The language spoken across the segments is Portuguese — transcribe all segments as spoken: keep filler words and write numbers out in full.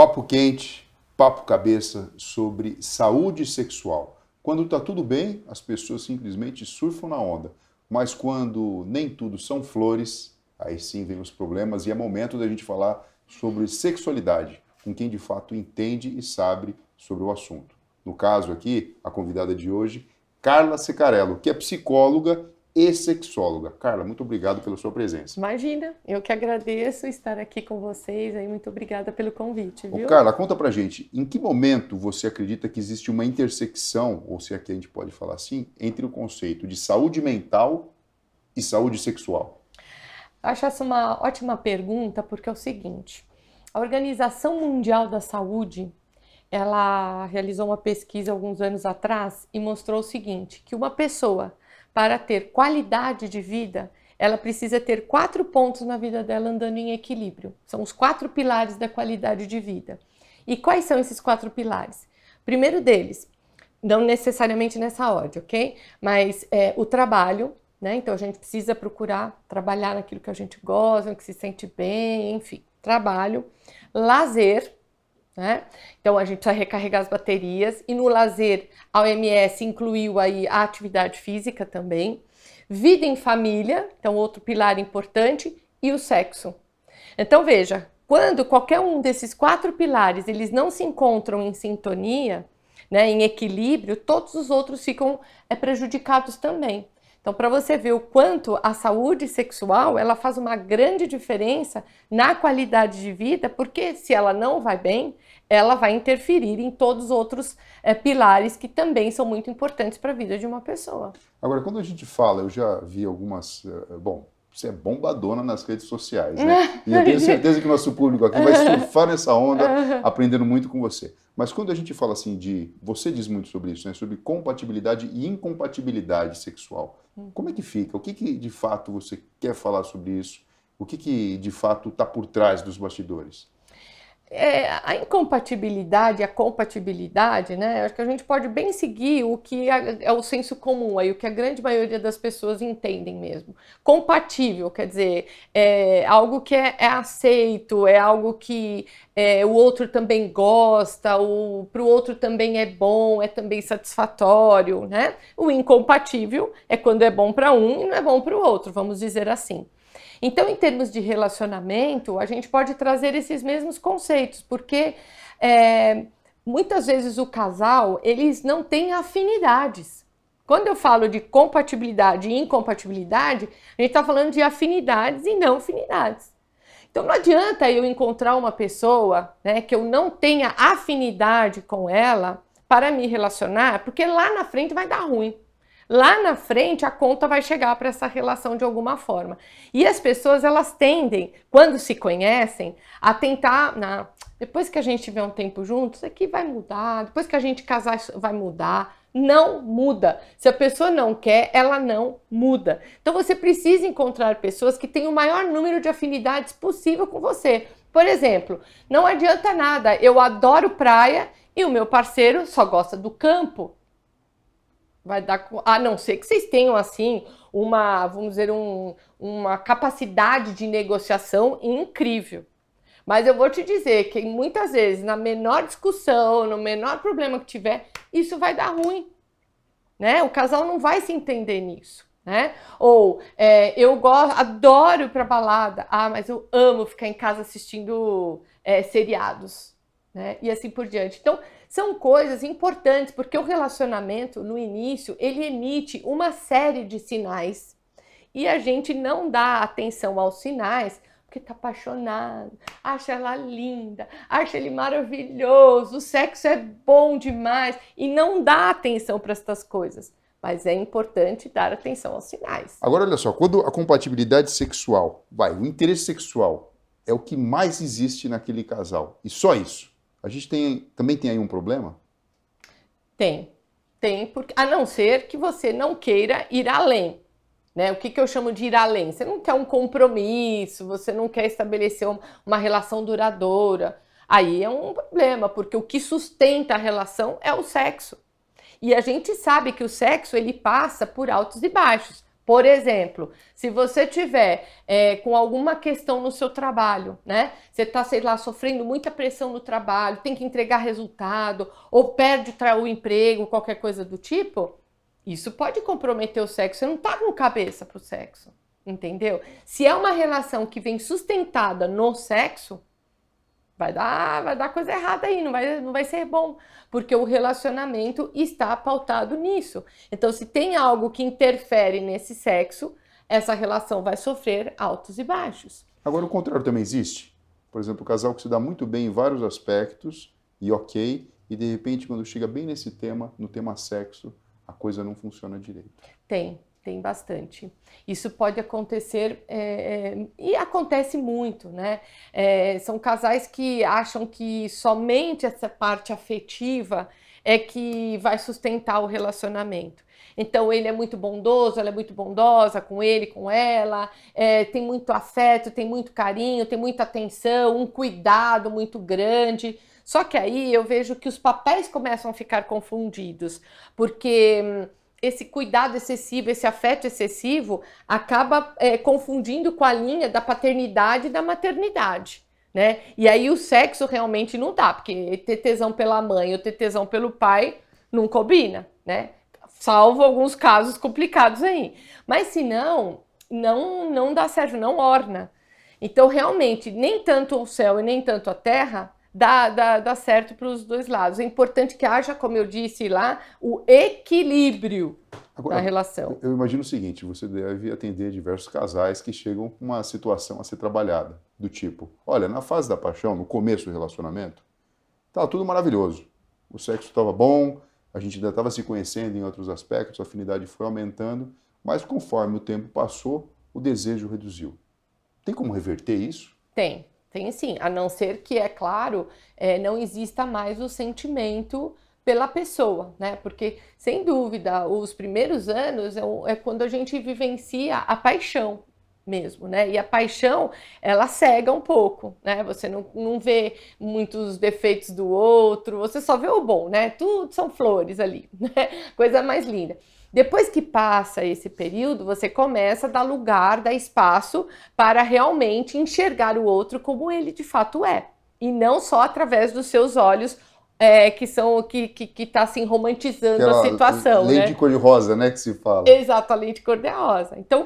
Papo quente, papo cabeça sobre saúde sexual. Quando está tudo bem, as pessoas simplesmente surfam na onda. Mas quando nem tudo são flores, aí sim vem os problemas e é momento da gente falar sobre sexualidade, com quem de fato entende e sabe sobre o assunto. No caso aqui, a convidada de hoje, Carla Secarello, que é psicóloga e sexóloga. Carla, muito obrigado pela sua presença. Imagina, eu que agradeço estar aqui com vocês, aí muito obrigada pelo convite, viu? Ô, Carla, conta pra gente, em que momento você acredita que existe uma intersecção, ou se aqui a gente pode falar assim, entre o conceito de saúde mental e saúde sexual? Acho essa uma ótima pergunta, porque é o seguinte, a Organização Mundial da Saúde, ela realizou uma pesquisa alguns anos atrás e mostrou o seguinte, que uma pessoa, para ter qualidade de vida, ela precisa ter quatro pontos na vida dela andando em equilíbrio. São os quatro pilares da qualidade de vida. E quais são esses quatro pilares? Primeiro deles, não necessariamente nessa ordem, ok? Mas é, o trabalho, né? Então a gente precisa procurar trabalhar naquilo que a gente gosta, no que se sente bem, enfim. Trabalho, lazer, né? Então a gente precisa recarregar as baterias e no lazer a O M S incluiu aí a atividade física também, vida em família, então outro pilar importante, e o sexo. Então veja, quando qualquer um desses quatro pilares eles não se encontram em sintonia, né, em equilíbrio, todos os outros ficam é, prejudicados também. Então, para você ver o quanto a saúde sexual ela faz uma grande diferença na qualidade de vida, porque se ela não vai bem, ela vai interferir em todos os outros é, pilares que também são muito importantes para a vida de uma pessoa. Agora, quando a gente fala, eu já vi algumas... Bom, você é bombadona nas redes sociais, né? E eu tenho certeza que o nosso público aqui vai surfar nessa onda, aprendendo muito com você. Mas quando a gente fala assim de... Você diz muito sobre isso, né? Sobre compatibilidade e incompatibilidade sexual. Como é que fica? O que, que de fato você quer falar sobre isso? O que, que de fato está por trás dos bastidores? É, a incompatibilidade, a compatibilidade, né? Acho que a gente pode bem seguir o que é, é o senso comum, aí, o que a grande maioria das pessoas entendem mesmo. Compatível, quer dizer, é algo que é, é aceito, é algo que é, o outro também gosta, para o outro também é bom, é também satisfatório, né? O incompatível é quando é bom para um e não é bom para o outro, vamos dizer assim. Então, em termos de relacionamento, a gente pode trazer esses mesmos conceitos, porque é, muitas vezes o casal, eles não têm afinidades. Quando eu falo de compatibilidade e incompatibilidade, a gente está falando de afinidades e não afinidades. Então, não adianta eu encontrar uma pessoa, né, que eu não tenha afinidade com ela para me relacionar, porque lá na frente vai dar ruim. Lá na frente a conta vai chegar para essa relação de alguma forma. E as pessoas elas tendem, quando se conhecem, a tentar, não, depois que a gente tiver um tempo juntos, isso aqui vai mudar, depois que a gente casar isso vai mudar. Não muda. Se a pessoa não quer, ela não muda. Então você precisa encontrar pessoas que tenham o maior número de afinidades possível com você. Por exemplo, não adianta nada, eu adoro praia e o meu parceiro só gosta do campo. Vai dar, a não ser que vocês tenham assim uma, vamos dizer, um, uma capacidade de negociação incrível. Mas eu vou te dizer que muitas vezes, na menor discussão, no menor problema que tiver, isso vai dar ruim, né? O casal não vai se entender nisso, né? Ou é, eu gosto, adoro ir pra balada, ah, mas eu amo ficar em casa assistindo é, seriados, né? E assim por diante. Então, são coisas importantes, porque o relacionamento, no início, ele emite uma série de sinais e a gente não dá atenção aos sinais porque tá apaixonado, acha ela linda, acha ele maravilhoso, o sexo é bom demais e não dá atenção para essas coisas. Mas é importante dar atenção aos sinais. Agora, olha só, quando a compatibilidade sexual, vai, o interesse sexual é o que mais existe naquele casal, e só isso, a gente tem, também tem aí um problema? Tem, tem, porque, a não ser que você não queira ir além. Né? O que, que eu chamo de ir além? Você não quer um compromisso, você não quer estabelecer uma relação duradoura. Aí é um problema, porque o que sustenta a relação é o sexo. E a gente sabe que o sexo ele passa por altos e baixos. Por exemplo, se você tiver é, com alguma questão no seu trabalho, né? Você está, sei lá, sofrendo muita pressão no trabalho, tem que entregar resultado, ou perde o emprego, qualquer coisa do tipo, isso pode comprometer o sexo. Você não está com cabeça para o sexo, entendeu? Se é uma relação que vem sustentada no sexo, vai dar, vai dar coisa errada aí, não vai, não vai ser bom, porque o relacionamento está pautado nisso. Então, se tem algo que interfere nesse sexo, essa relação vai sofrer altos e baixos. Agora, o contrário também existe. Por exemplo, o casal que se dá muito bem em vários aspectos, e ok, e de repente, quando chega bem nesse tema, no tema sexo, a coisa não funciona direito. Tem. Tem bastante. Isso pode acontecer, é, é, e acontece muito, né? É, são casais que acham que somente essa parte afetiva é que vai sustentar o relacionamento. Então, ele é muito bondoso, ela é muito bondosa com ele, com ela, é, tem muito afeto, tem muito carinho, tem muita atenção, um cuidado muito grande. Só que aí eu vejo que os papéis começam a ficar confundidos, porque esse cuidado excessivo, esse afeto excessivo, acaba é, confundindo com a linha da paternidade e da maternidade, né? E aí o sexo realmente não dá, porque ter tesão pela mãe ou ter tesão pelo pai não combina, né? Salvo alguns casos complicados aí. Mas se não, não, não dá certo, não orna. Então, realmente, nem tanto o céu e nem tanto a terra Dá, dá, dá certo para os dois lados. É importante que haja, como eu disse lá, o equilíbrio Agora, na relação. Eu imagino o seguinte, você deve atender diversos casais que chegam com uma situação a ser trabalhada, do tipo, olha, na fase da paixão, no começo do relacionamento, estava tudo maravilhoso. O sexo estava bom, a gente ainda estava se conhecendo em outros aspectos, a afinidade foi aumentando, mas conforme o tempo passou, o desejo reduziu. Tem como reverter isso? Tem. Tem sim, a não ser que, é claro, é, não exista mais o sentimento pela pessoa, né? Porque, sem dúvida, os primeiros anos é, é quando a gente vivencia a paixão mesmo, né? E a paixão, ela cega um pouco, né? Você não, não vê muitos defeitos do outro, você só vê o bom, né? Tudo são flores ali, né? Coisa mais linda. Depois que passa esse período, você começa a dar lugar, dar espaço para realmente enxergar o outro como ele de fato é. E não só através dos seus olhos, é, que são que que que tá assim romantizando Aquela a situação, lei né? de cor-de-rosa, né, que se fala. Exato, a lei de cor-de-rosa. Então,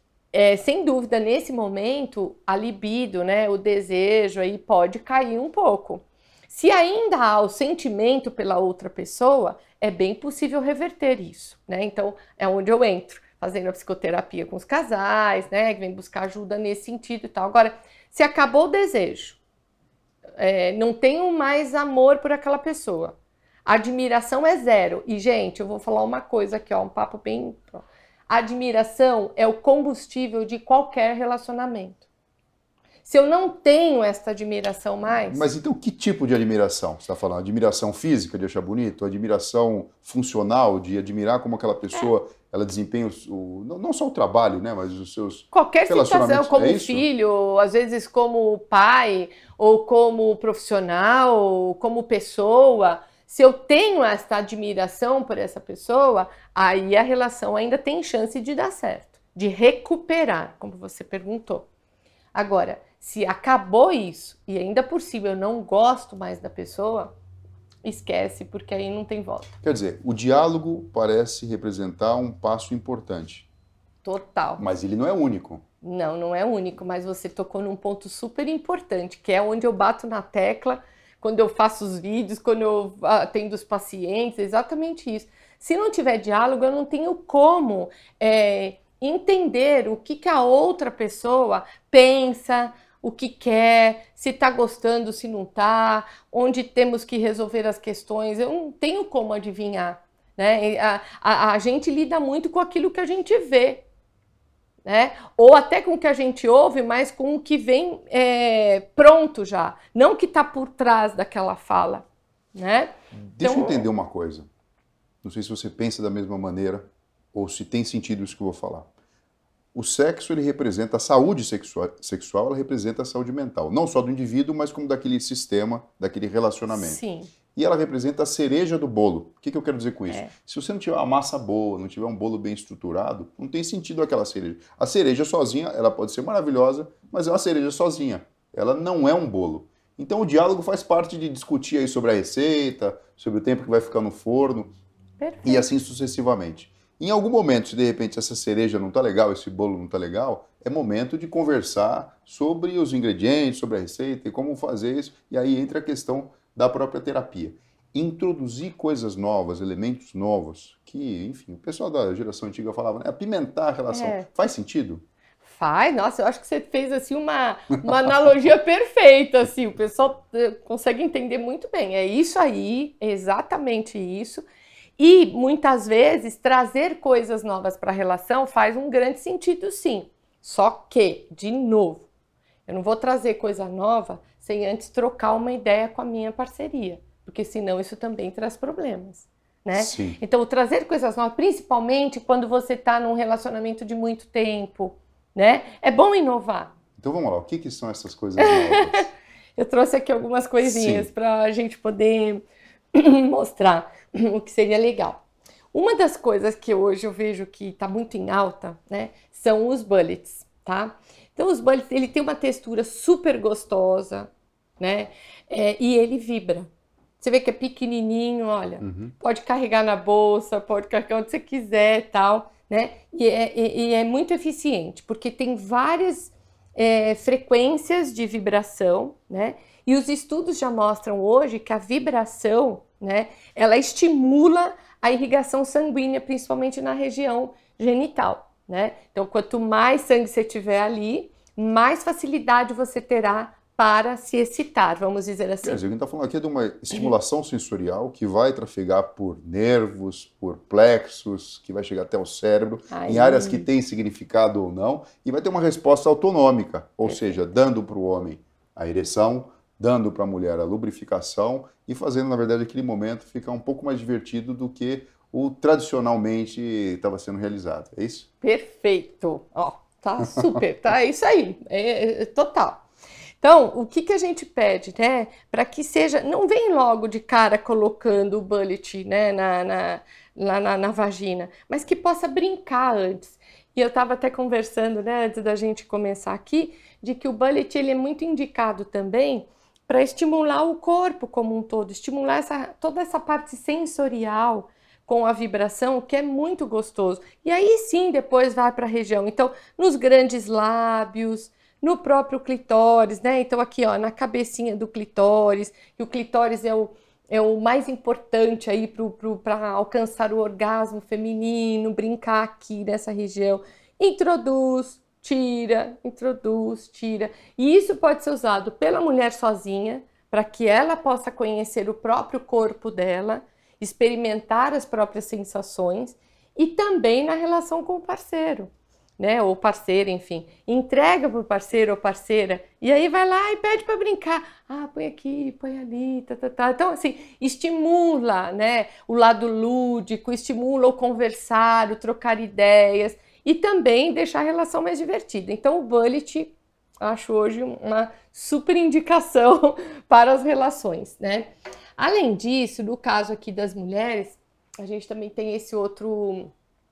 é, sem dúvida, nesse momento, a libido, né, o desejo aí pode cair um pouco. Se ainda há o sentimento pela outra pessoa, é bem possível reverter isso, né? Então, é onde eu entro, fazendo a psicoterapia com os casais, né? Que vem buscar ajuda nesse sentido e tal. Agora, se acabou o desejo, é, não tenho mais amor por aquela pessoa, a admiração é zero. E, gente, eu vou falar uma coisa aqui, ó, um papo bem... A admiração é o combustível de qualquer relacionamento. Se eu não tenho essa admiração mais... Mas então que tipo de admiração você está falando? Admiração física, de achar bonito? Admiração funcional, de admirar como aquela pessoa, é. ela desempenha o, o, não, não só o trabalho, né, mas os seus qualquer situação, como é filho, às vezes como pai, ou como profissional, como pessoa. Se eu tenho essa admiração por essa pessoa, aí a relação ainda tem chance de dar certo, de recuperar, como você perguntou. Agora, se acabou isso e ainda por cima eu não gosto mais da pessoa, esquece, porque aí não tem volta. Quer dizer, o diálogo parece representar um passo importante. Total. Mas ele não é único. Não, não é único, mas você tocou num ponto super importante, que é onde eu bato na tecla quando eu faço os vídeos, quando eu atendo os pacientes, exatamente isso. Se não tiver diálogo, eu não tenho como... É, entender o que, que a outra pessoa pensa, o que quer, se está gostando, se não está, onde temos que resolver as questões. Eu não tenho como adivinhar, né? A, a, a gente lida muito com aquilo que a gente vê, né? Ou até com o que a gente ouve, mas com o que vem é, pronto já, não o que está por trás daquela fala, né? Deixa então, eu entender uma coisa. Não sei se você pensa da mesma maneira ou se tem sentido isso que eu vou falar. o sexo ele representa a saúde sexual, sexual, ela representa a saúde mental, não só do indivíduo, mas como daquele sistema, daquele relacionamento. Sim. E ela representa a cereja do bolo. O que, que eu quero dizer com isso? É. Se você não tiver uma massa boa, não tiver um bolo bem estruturado, não tem sentido aquela cereja. A cereja sozinha, ela pode ser maravilhosa, mas é uma cereja sozinha. Ela não é um bolo. Então o diálogo faz parte de discutir aí sobre a receita, sobre o tempo que vai ficar no forno, Perfeito. e assim sucessivamente. Em algum momento, se de repente essa cereja não está legal, esse bolo não está legal, é momento de conversar sobre os ingredientes, sobre a receita e como fazer isso, e aí entra a questão da própria terapia. Introduzir coisas novas, elementos novos, que, enfim, o pessoal da geração antiga falava, né? Apimentar a relação. É. Faz sentido? Faz, nossa, eu acho que você fez assim uma, uma analogia perfeita, assim, o pessoal consegue entender muito bem. É isso aí, é exatamente isso. E muitas vezes trazer coisas novas para a relação faz um grande sentido, sim. Só que, de novo, eu não vou trazer coisa nova sem antes trocar uma ideia com a minha parceria, porque senão isso também traz problemas, né? Sim. Então, trazer coisas novas, principalmente quando você está num relacionamento de muito tempo, né? É bom inovar. Então vamos lá, o que, que são essas coisas novas? Eu trouxe aqui algumas coisinhas para a gente poder mostrar o que seria legal. Uma das coisas que hoje eu vejo que está muito em alta, né, são os bullets, tá? Então os bullets, ele tem uma textura super gostosa, né? É, e ele vibra. Você vê que é pequenininho, olha, uhum. Pode carregar na bolsa, pode carregar onde você quiser, tal, né? E é, e, e é muito eficiente, porque tem várias é, frequências de vibração, né? E os estudos já mostram hoje que a vibração, né, ela estimula a irrigação sanguínea, principalmente na região genital, né? Então, quanto mais sangue você tiver ali, mais facilidade você terá para se excitar, vamos dizer assim. Quer dizer, a gente está falando aqui de uma estimulação sensorial que vai trafegar por nervos, por plexos, que vai chegar até o cérebro, Aí. em áreas que têm significado ou não, e vai ter uma resposta autonômica, ou Perfeito. seja, dando para o homem a ereção, dando para a mulher a lubrificação e fazendo, na verdade, aquele momento ficar um pouco mais divertido do que o tradicionalmente estava sendo realizado. É isso? Perfeito. Ó, tá super, tá? É isso aí, é, é total. Então, o que, que a gente pede, né? Para que seja, não vem logo de cara colocando o bullet, né, na, na, na, na, na vagina, mas que possa brincar antes. E eu estava até conversando, né, antes da gente começar aqui, de que o bullet ele é muito indicado também para estimular o corpo como um todo, estimular essa, toda essa parte sensorial com a vibração, que é muito gostoso. E aí sim, depois vai para a região. Então, nos grandes lábios, no próprio clitóris, né? Então aqui, ó, na cabecinha do clitóris, e o clitóris é o, é o mais importante aí para alcançar o orgasmo feminino, brincar aqui nessa região. Introduz, tira, introduz, tira. E isso pode ser usado pela mulher sozinha, para que ela possa conhecer o próprio corpo dela, experimentar as próprias sensações, e também na relação com o parceiro, né, ou parceira, enfim, entrega para o parceiro ou parceira, e aí vai lá e pede para brincar, ah, põe aqui, põe ali, tá, tá, tá. Então, assim, estimula, né, o lado lúdico, estimula o conversar, o trocar ideias, e também deixar a relação mais divertida. Então, o bullet, acho hoje uma super indicação para as relações, né. Além disso, no caso aqui das mulheres, a gente também tem esse outro...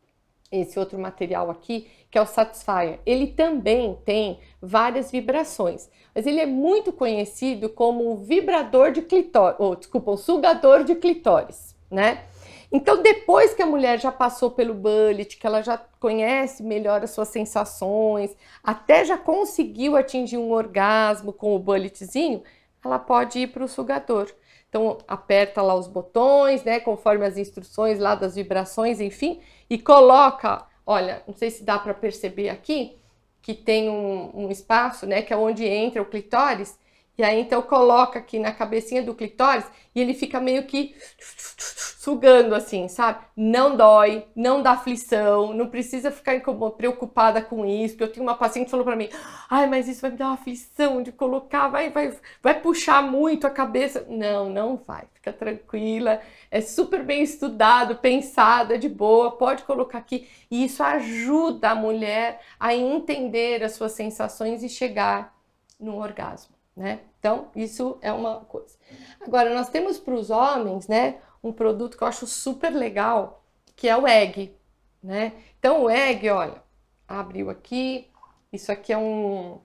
esse outro material aqui, que é o Satisfyer. Ele também tem várias vibrações, mas ele é muito conhecido como o vibrador de clitóris, ou desculpa, o sugador de clitóris, né? Então, depois que a mulher já passou pelo bullet, que ela já conhece melhor as suas sensações, até já conseguiu atingir um orgasmo com o bulletzinho, ela pode ir para o sugador. Então, aperta lá os botões, né, conforme as instruções lá das vibrações, enfim, e coloca, olha, não sei se dá para perceber aqui, que tem um, um espaço, né, que é onde entra o clitóris, e aí então coloca aqui na cabecinha do clitóris, e ele fica meio que sugando assim, sabe? Não dói, não dá aflição, não precisa ficar preocupada com isso, porque eu tenho uma paciente que falou pra mim, ai, mas isso vai me dar uma aflição de colocar, vai, vai, vai puxar muito a cabeça. Não, não vai, fica tranquila, é super bem estudado, pensado, é de boa, pode colocar aqui. E isso ajuda a mulher a entender as suas sensações e chegar no orgasmo, né? Então, isso é uma coisa. Agora, nós temos para os homens, né, um produto que eu acho super legal, que é o egg, né? Então, o egg, olha, abriu aqui, isso aqui é um,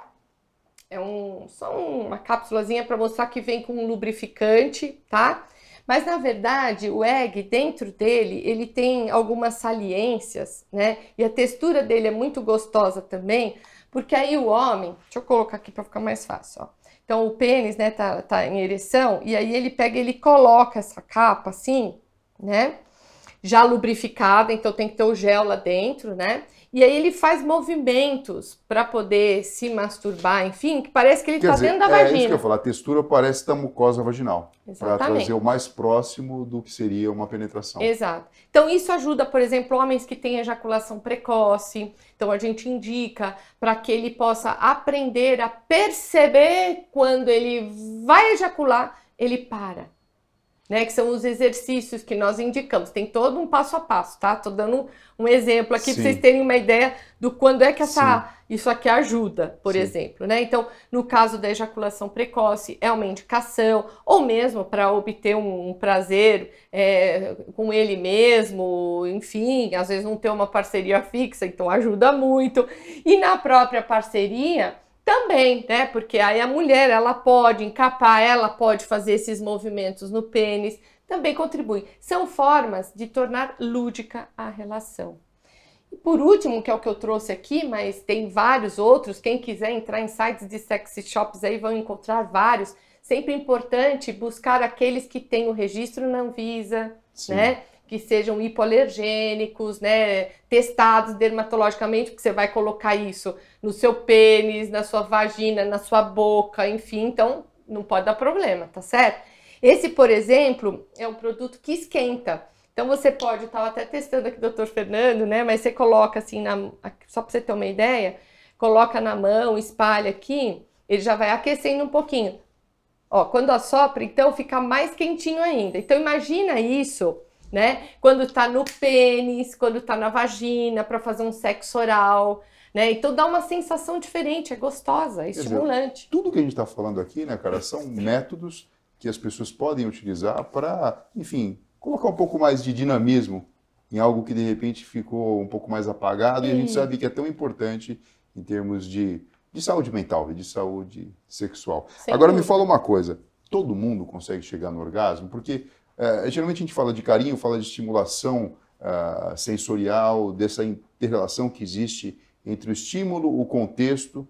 é um, só uma cápsulazinha para mostrar que vem com um lubrificante, tá? Mas, na verdade, o egg, dentro dele, ele tem algumas saliências, né? E a textura dele é muito gostosa também, porque aí o homem, deixa eu colocar aqui para ficar mais fácil, ó. Então, o pênis, né, tá, tá em ereção, e aí ele pega, ele coloca essa capa assim, né, já lubrificada, então tem que ter o gel lá dentro, né, e aí ele faz movimentos para poder se masturbar, enfim, que parece que ele Quer tá dizer, dentro da é vagina. isso que eu ia falar, a textura parece da mucosa vaginal, para Exatamente. trazer o mais próximo do que seria uma penetração. Exato. Então, isso ajuda, por exemplo, homens que têm ejaculação precoce. Então, a gente indica para que ele possa aprender a perceber quando ele vai ejacular, ele para. Né, que são os exercícios que nós indicamos. Tem todo um passo a passo, tá? Tô dando um exemplo aqui para vocês terem uma ideia do quando é que essa, isso aqui ajuda, por Sim. exemplo, né? Então, no caso da ejaculação precoce, é uma indicação, ou mesmo para obter um, um prazer é, com ele mesmo, enfim, às vezes não ter uma parceria fixa, então ajuda muito. E na própria parceria, também, né? Porque aí a mulher, ela pode encapar, ela pode fazer esses movimentos no pênis, também contribui. São formas de tornar lúdica a relação. E por último, que é o que eu trouxe aqui, mas tem vários outros, quem quiser entrar em sites de sexy shops aí vão encontrar vários. Sempre importante buscar aqueles que têm o registro na Anvisa, Sim. né? Que sejam hipoalergênicos, né, testados dermatologicamente, porque você vai colocar isso no seu pênis, na sua vagina, na sua boca, enfim, então não pode dar problema, tá certo? Esse, por exemplo, é um produto que esquenta. Então você pode, eu estava até testando aqui, doutor Fernando, né, mas você coloca assim, na, só para você ter uma ideia, coloca na mão, espalha aqui, ele já vai aquecendo um pouquinho. Ó, quando assopra, então fica mais quentinho ainda. Então imagina isso, né? Quando tá no pênis, quando tá na vagina, para fazer um sexo oral, né? Então dá uma sensação diferente, é gostosa, é estimulante. Dizer, tudo que a gente está falando aqui, né, cara, são métodos que as pessoas podem utilizar para, enfim, colocar um pouco mais de dinamismo em algo que de repente ficou um pouco mais apagado, e, e a gente sabe que é tão importante em termos de, de saúde mental e de saúde sexual. Sem Agora dúvida. Me fala uma coisa, todo mundo consegue chegar no orgasmo? Porque Uh, geralmente a gente fala de carinho, fala de estimulação uh, sensorial, dessa inter-relação que existe entre o estímulo, o contexto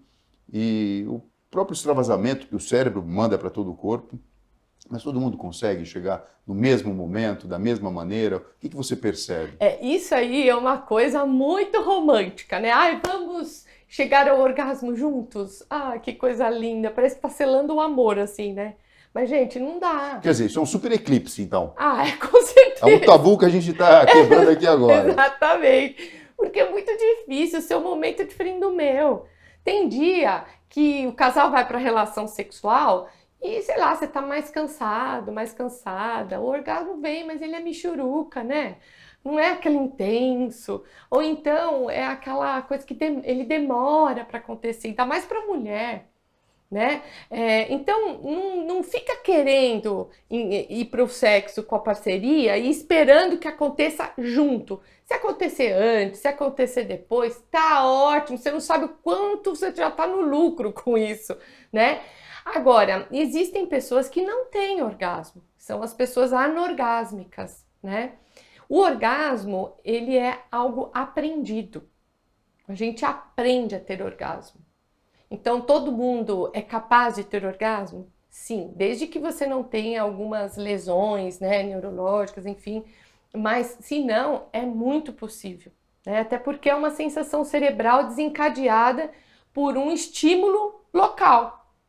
e o próprio extravasamento que o cérebro manda para todo o corpo. Mas todo mundo consegue chegar no mesmo momento, da mesma maneira? O que, que você percebe? É, isso aí é uma coisa muito romântica, né? Ai, vamos chegar ao orgasmo juntos? Ah, que coisa linda! Parece que tá selando o amor, assim, né? Mas, gente, não dá. Quer dizer, isso é um super eclipse, então. Ah, é, com certeza. É um tabu que a gente está quebrando aqui agora. Exatamente. Porque é muito difícil, o seu momento é diferente do meu. Tem dia que o casal vai para a relação sexual e, sei lá, você tá mais cansado, mais cansada. O orgasmo vem, mas ele é michuruca, né? Não é aquele intenso. Ou então, é aquela coisa que de, ele demora para acontecer, ainda mais para a mulher. Né? É, então, não, não fica querendo ir, ir para o sexo com a parceria e esperando que aconteça junto. Se acontecer antes, se acontecer depois, tá ótimo. Você não sabe o quanto você já está no lucro com isso, né? Agora, existem pessoas que não têm orgasmo. São as pessoas anorgásmicas, né? O orgasmo, ele é algo aprendido. A gente aprende a ter orgasmo. Então, todo mundo é capaz de ter orgasmo? Sim, desde que você não tenha algumas lesões, né, neurológicas, enfim. Mas, se não, é muito possível, né? Até porque é uma sensação cerebral desencadeada por um estímulo local.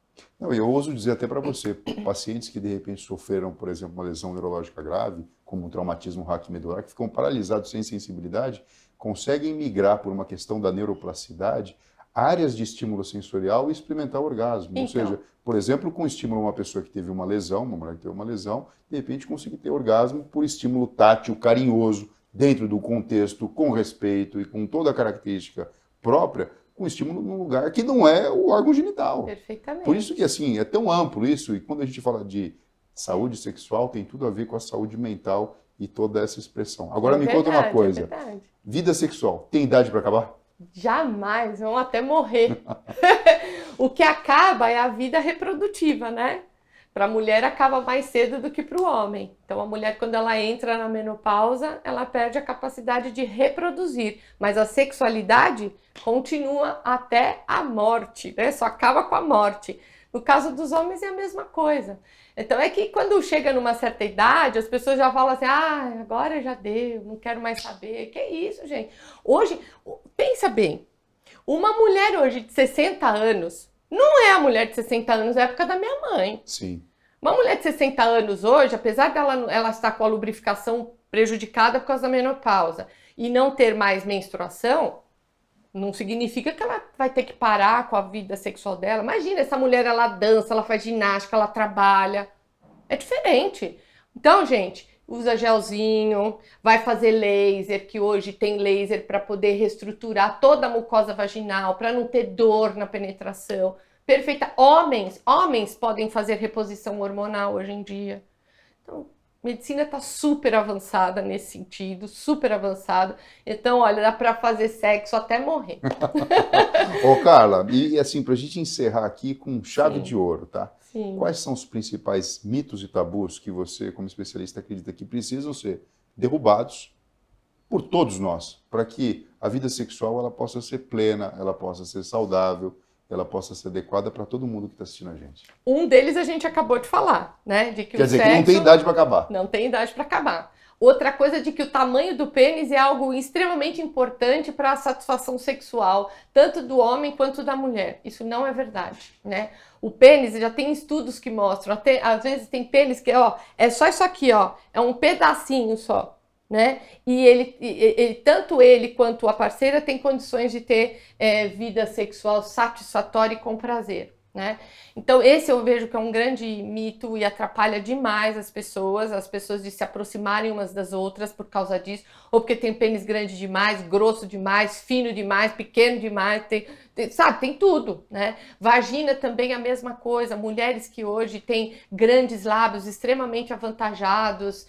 Não, eu ouso dizer até para você, pacientes que de repente sofreram, por exemplo, uma lesão neurológica grave, como um traumatismo raquimedular, que ficam paralisados sem sensibilidade, conseguem migrar por uma questão da neuroplasticidade áreas de estímulo sensorial e experimentar o orgasmo. Então. Ou seja, por exemplo, com estímulo a uma pessoa que teve uma lesão, uma mulher que teve uma lesão, de repente conseguir ter orgasmo por estímulo tátil, carinhoso, dentro do contexto, com respeito e com toda a característica própria, com estímulo num lugar que não é o órgão genital. Perfeitamente. Por isso que, assim, é tão amplo isso, e quando a gente fala de saúde sexual, tem tudo a ver com a saúde mental e toda essa expressão. Agora, é me verdade, conta uma coisa. É verdade. Vida sexual, tem idade para acabar? Jamais, vão até morrer. O que acaba é a vida reprodutiva, né? Para a mulher acaba mais cedo do que para o homem. Então a mulher, quando ela entra na menopausa, ela perde a capacidade de reproduzir, mas a sexualidade continua até a morte, né? Só acaba com a morte. No caso dos homens é a mesma coisa. Então é que quando chega numa certa idade, as pessoas já falam assim, ah, agora já deu, não quero mais saber. Que isso, gente? Hoje, pensa bem, uma mulher hoje de sessenta anos, não é a mulher de sessenta anos da época da minha mãe. Sim. Uma mulher de sessenta anos hoje, apesar dela ela estar com a lubrificação prejudicada por causa da menopausa e não ter mais menstruação, não significa que ela vai ter que parar com a vida sexual dela. Imagina, essa mulher, ela dança, ela faz ginástica, ela trabalha. É diferente. Então, gente, usa gelzinho, vai fazer laser, que hoje tem laser para poder reestruturar toda a mucosa vaginal, para não ter dor na penetração. Perfeita. Homens, homens podem fazer reposição hormonal hoje em dia. Então, a medicina está super avançada nesse sentido, super avançada. Então, olha, dá para fazer sexo até morrer. Ô, Carla, e assim, para a gente encerrar aqui com chave Sim. de ouro, tá? Sim. Quais são os principais mitos e tabus que você, como especialista, acredita que precisam ser derrubados por todos nós, para que a vida sexual ela possa ser plena, ela possa ser saudável, ela possa ser adequada para todo mundo que está assistindo a gente? Um deles a gente acabou de falar, né? De que Quer o dizer, sexo que não tem idade para acabar. Não tem idade para acabar. Outra coisa é de que o tamanho do pênis é algo extremamente importante para a satisfação sexual, tanto do homem quanto da mulher. Isso não é verdade, né? O pênis, já tem estudos que mostram, até, às vezes tem pênis que, ó, é só isso aqui, ó, é um pedacinho só, né? E ele, ele tanto ele quanto a parceira tem condições de ter é, vida sexual satisfatória e com prazer, né? Então esse eu vejo que é um grande mito e atrapalha demais as pessoas, as pessoas de se aproximarem umas das outras por causa disso, ou porque tem pênis grande demais, grosso demais, fino demais, pequeno demais, tem, tem, sabe, tem tudo, né? Vagina também a mesma coisa, mulheres que hoje têm grandes lábios extremamente avantajados,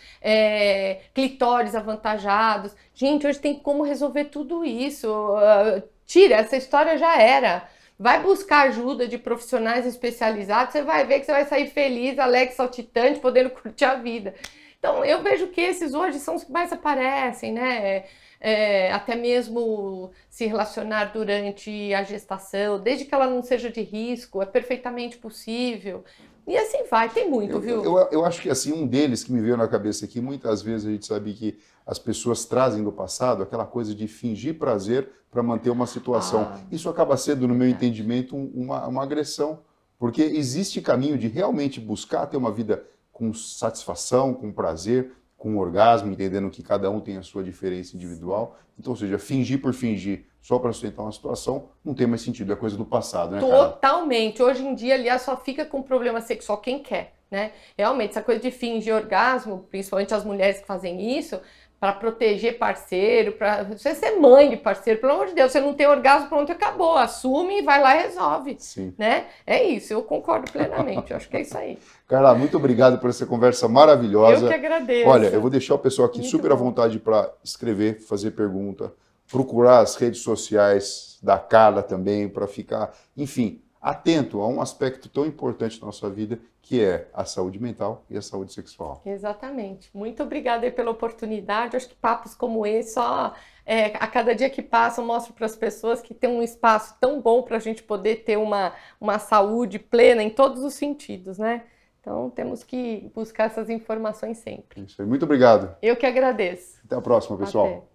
é, clitóris avantajados, gente, hoje tem como resolver tudo isso, uh, tira, essa história já era. Vai buscar ajuda de profissionais especializados, você vai ver que você vai sair feliz, alegre, saltitante, podendo curtir a vida. Então, eu vejo que esses hoje são os que mais aparecem, né? É, até mesmo se relacionar durante a gestação, desde que ela não seja de risco, é perfeitamente possível. E assim vai, tem muito, eu, viu? Eu, eu acho que assim, um deles que me veio na cabeça aqui, muitas vezes a gente sabe que as pessoas trazem do passado aquela coisa de fingir prazer para manter uma situação. Ah, Isso acaba sendo, no meu entendimento, uma, uma agressão, porque existe caminho de realmente buscar ter uma vida com satisfação, com prazer, com orgasmo, entendendo que cada um tem a sua diferença individual. Então, ou seja, fingir por fingir só para sustentar uma situação não tem mais sentido, é coisa do passado, né, cara? Totalmente. Hoje em dia, aliás, só fica com problema sexual quem quer, né? Realmente, essa coisa de fingir orgasmo, principalmente as mulheres que fazem isso, para proteger parceiro, para você ser mãe de parceiro, pelo amor de Deus, você não tem orgasmo, pronto, acabou, assume, vai lá e resolve. Sim. Né? É isso, eu concordo plenamente, eu acho que é isso aí. Carla, muito obrigado por essa conversa maravilhosa. Eu que agradeço. Olha, eu vou deixar o pessoal aqui muito super bom. à vontade para escrever, fazer pergunta, procurar as redes sociais da Carla também, para ficar, enfim, atento a um aspecto tão importante da nossa vida, que é a saúde mental e a saúde sexual. Exatamente. Muito obrigada aí pela oportunidade. Acho que papos como esse, só é, a cada dia que passa, eu mostro para as pessoas que tem um espaço tão bom para a gente poder ter uma, uma saúde plena em todos os sentidos, né? Então, temos que buscar essas informações sempre. Isso aí. Muito obrigado. Eu que agradeço. Até a próxima, pessoal. Até.